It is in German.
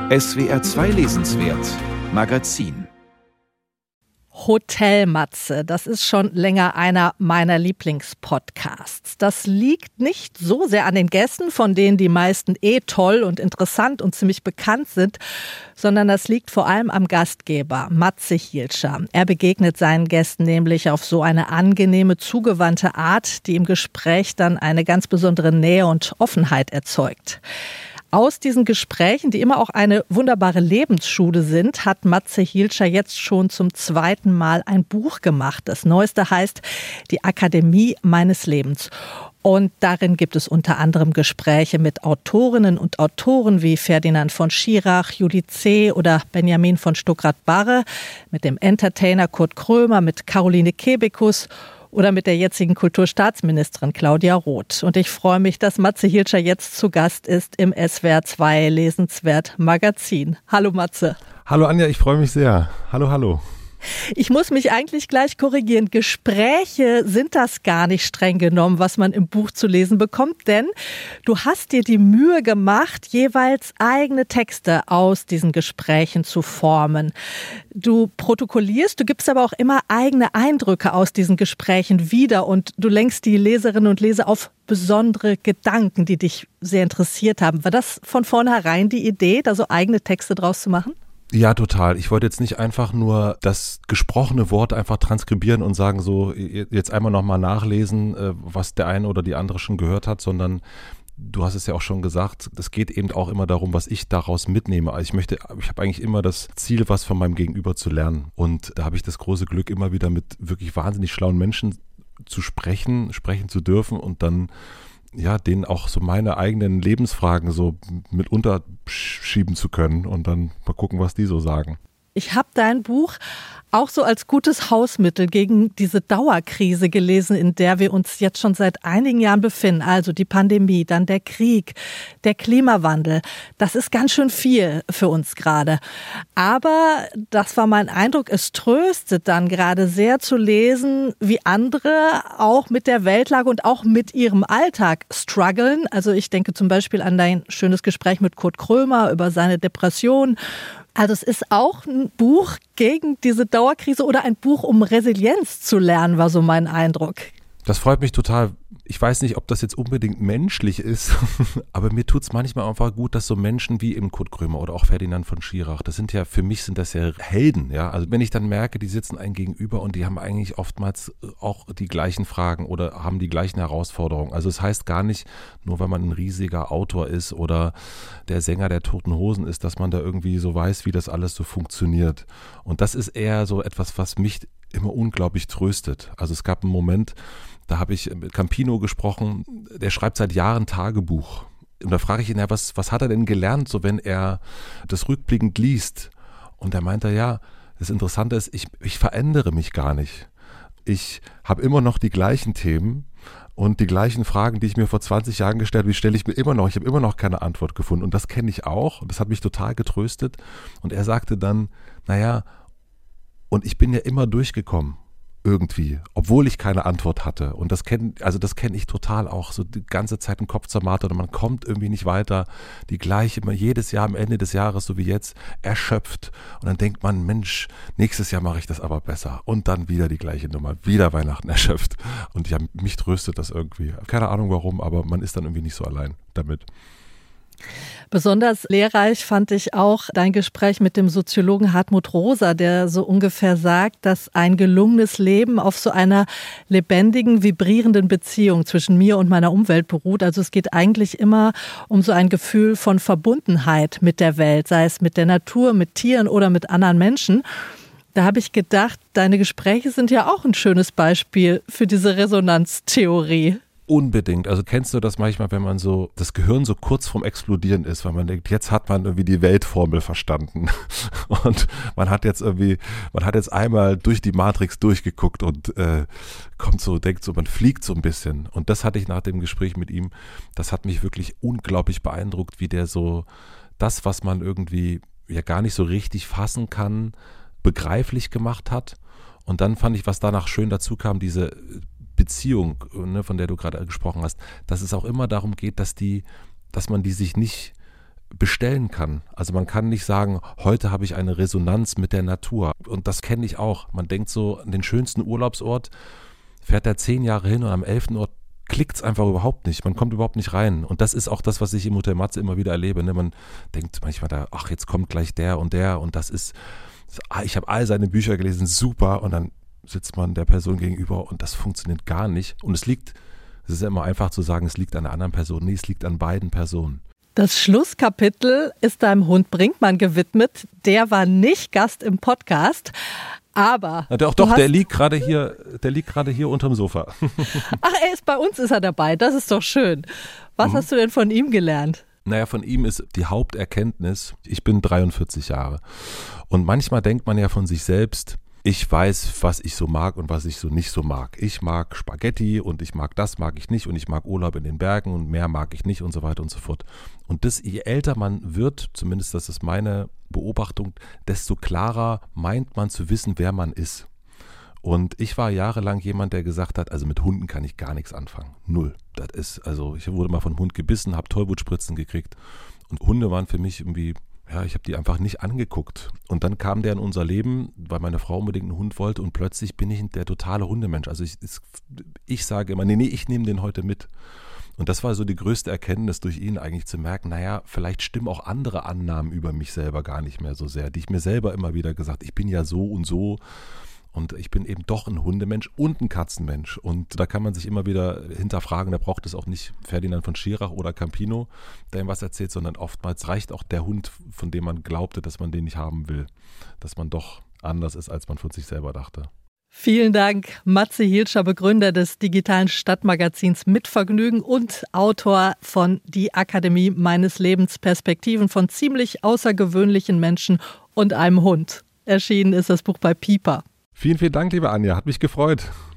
SWR 2 Lesenswert Magazin. Hotel Matze, das ist schon länger einer meiner Lieblingspodcasts. Das liegt nicht so sehr an den Gästen, von denen die meisten toll und interessant und ziemlich bekannt sind, sondern das liegt vor allem am Gastgeber, Matze Hilscher. Er begegnet seinen Gästen nämlich auf so eine angenehme, zugewandte Art, die im Gespräch dann eine ganz besondere Nähe und Offenheit erzeugt. Aus diesen Gesprächen, die immer auch eine wunderbare Lebensschule sind, hat Matze Hilscher jetzt schon zum 2. Mal ein Buch gemacht. Das neueste heißt Die Akademie meines Lebens. Und darin gibt es unter anderem Gespräche mit Autorinnen und Autoren wie Ferdinand von Schirach, Judith C. oder Benjamin von Stuckrad-Barre, mit dem Entertainer Kurt Krömer, mit Caroline Kebekus oder mit der jetzigen Kulturstaatsministerin Claudia Roth. Und ich freue mich, dass Matze Hilscher jetzt zu Gast ist im SWR 2 Lesenswert Magazin. Hallo Matze. Hallo Anja, ich freue mich sehr. Hallo. Ich muss mich eigentlich gleich korrigieren. Gespräche sind das gar nicht streng genommen, was man im Buch zu lesen bekommt, denn du hast dir die Mühe gemacht, jeweils eigene Texte aus diesen Gesprächen zu formen. Du protokollierst, du gibst aber auch immer eigene Eindrücke aus diesen Gesprächen wieder und du lenkst die Leserinnen und Leser auf besondere Gedanken, die dich sehr interessiert haben. War das von vornherein die Idee, da so eigene Texte draus zu machen? Ja, total. Ich wollte jetzt nicht einfach nur das gesprochene Wort einfach transkribieren und sagen, so jetzt einmal nochmal nachlesen, was der eine oder die andere schon gehört hat, sondern du hast es ja auch schon gesagt, es geht eben auch immer darum, was ich daraus mitnehme. Also ich habe eigentlich immer das Ziel, was von meinem Gegenüber zu lernen. Und da habe ich das große Glück, immer wieder mit wirklich wahnsinnig schlauen Menschen zu sprechen zu dürfen und dann denen auch so meine eigenen Lebensfragen so mit unterschieben zu können und dann mal gucken, was die so sagen. Ich habe dein Buch auch so als gutes Hausmittel gegen diese Dauerkrise gelesen, in der wir uns jetzt schon seit einigen Jahren befinden. Also die Pandemie, dann der Krieg, der Klimawandel. Das ist ganz schön viel für uns gerade. Aber das war mein Eindruck, es tröstet dann gerade sehr zu lesen, wie andere auch mit der Weltlage und auch mit ihrem Alltag strugglen. Also ich denke zum Beispiel an dein schönes Gespräch mit Kurt Krömer über seine Depression. Also es ist auch ein Buch gegen diese Dauerkrise oder ein Buch, um Resilienz zu lernen, war so mein Eindruck. Das freut mich total. Ich weiß nicht, ob das jetzt unbedingt menschlich ist, aber mir tut es manchmal einfach gut, dass so Menschen wie eben Kurt Krömer oder auch Ferdinand von Schirach, für mich sind das ja Helden, ja. Also wenn ich dann merke, die sitzen einem gegenüber und die haben eigentlich oftmals auch die gleichen Fragen oder haben die gleichen Herausforderungen. Also es heißt gar nicht, nur weil man ein riesiger Autor ist oder der Sänger der Toten Hosen ist, dass man da irgendwie so weiß, wie das alles so funktioniert. Und das ist eher so etwas, was mich immer unglaublich tröstet. Also es gab einen Moment, da habe ich mit Campino gesprochen, der schreibt seit Jahren Tagebuch. Und da frage ich ihn, was hat er denn gelernt, so wenn er das rückblickend liest? Und er meinte, das Interessante ist, ich verändere mich gar nicht. Ich habe immer noch die gleichen Themen und die gleichen Fragen, die ich mir vor 20 Jahren gestellt habe, die stelle ich mir immer noch. Ich habe immer noch keine Antwort gefunden. Und das kenne ich auch. Und das hat mich total getröstet. Und er sagte dann, und ich bin ja immer durchgekommen. Irgendwie, obwohl ich keine Antwort hatte. Und das kenne ich total auch, so die ganze Zeit im Kopf zermartert und man kommt irgendwie nicht weiter. Die gleiche, immer jedes Jahr am Ende des Jahres, so wie jetzt, erschöpft. Und dann denkt man, Mensch, nächstes Jahr mache ich das aber besser. Und dann wieder die gleiche Nummer, wieder Weihnachten erschöpft. Und mich tröstet das irgendwie. Keine Ahnung warum, aber man ist dann irgendwie nicht so allein damit. Besonders lehrreich fand ich auch dein Gespräch mit dem Soziologen Hartmut Rosa, der so ungefähr sagt, dass ein gelungenes Leben auf so einer lebendigen, vibrierenden Beziehung zwischen mir und meiner Umwelt beruht. Also es geht eigentlich immer um so ein Gefühl von Verbundenheit mit der Welt, sei es mit der Natur, mit Tieren oder mit anderen Menschen. Da habe ich gedacht, deine Gespräche sind ja auch ein schönes Beispiel für diese Resonanztheorie. Unbedingt. Also kennst du das manchmal, wenn man so, das Gehirn so kurz vorm Explodieren ist, weil man denkt, jetzt hat man irgendwie die Weltformel verstanden und man hat jetzt einmal durch die Matrix durchgeguckt und denkt so, man fliegt so ein bisschen. Und das hatte ich nach dem Gespräch mit ihm, das hat mich wirklich unglaublich beeindruckt, wie der so das, was man irgendwie ja gar nicht so richtig fassen kann, begreiflich gemacht hat. Und dann fand ich, was danach schön dazu kam, diese Beziehung, ne, von der du gerade gesprochen hast, dass es auch immer darum geht, dass man die sich nicht bestellen kann. Also man kann nicht sagen, heute habe ich eine Resonanz mit der Natur. Und das kenne ich auch. Man denkt so, an den schönsten Urlaubsort fährt er 10 Jahre hin und am 11. Ort klickt es einfach überhaupt nicht. Man kommt überhaupt nicht rein. Und das ist auch das, was ich im Hotel Matze immer wieder erlebe. Ne? Man denkt manchmal da, ach, jetzt kommt gleich der und das ist, ich habe all seine Bücher gelesen, super. Und dann sitzt man der Person gegenüber und das funktioniert gar nicht. Und es ist ja immer einfach zu sagen, es liegt an der anderen Person. Nee, es liegt an beiden Personen. Das Schlusskapitel ist deinem Hund Brinkmann gewidmet. Der war nicht Gast im Podcast, aber der liegt gerade hier unterm Sofa. Ach, bei uns ist er dabei. Das ist doch schön. Was hast du denn von ihm gelernt? Naja, von ihm ist die Haupterkenntnis, ich bin 43 Jahre und manchmal denkt man ja von sich selbst, ich weiß, was ich so mag und was ich so nicht so mag. Ich mag Spaghetti und das mag ich nicht und ich mag Urlaub in den Bergen und mehr mag ich nicht und so weiter und so fort. Und je älter man wird, zumindest das ist meine Beobachtung, desto klarer meint man zu wissen, wer man ist. Und ich war jahrelang jemand, der gesagt hat, also mit Hunden kann ich gar nichts anfangen. Null. Ich wurde mal von einem Hund gebissen, habe Tollwutspritzen gekriegt und Hunde waren für mich irgendwie, ja, ich habe die einfach nicht angeguckt. Und dann kam der in unser Leben, weil meine Frau unbedingt einen Hund wollte und plötzlich bin ich der totale Hundemensch. Also ich sage immer, nee, ich nehme den heute mit. Und das war so die größte Erkenntnis durch ihn eigentlich zu merken, naja, vielleicht stimmen auch andere Annahmen über mich selber gar nicht mehr so sehr, die ich mir selber immer wieder gesagt, ich bin ja so und so. Und ich bin eben doch ein Hundemensch und ein Katzenmensch. Und da kann man sich immer wieder hinterfragen, da braucht es auch nicht Ferdinand von Schirach oder Campino, der ihm was erzählt, sondern oftmals reicht auch der Hund, von dem man glaubte, dass man den nicht haben will. Dass man doch anders ist, als man von sich selber dachte. Vielen Dank, Matze Hielscher, Begründer des digitalen Stadtmagazins Mitvergnügen und Autor von Die Akademie meines Lebens, Perspektiven von ziemlich außergewöhnlichen Menschen und einem Hund. Erschienen ist das Buch bei Piper. Vielen, vielen Dank, liebe Anja. Hat mich gefreut.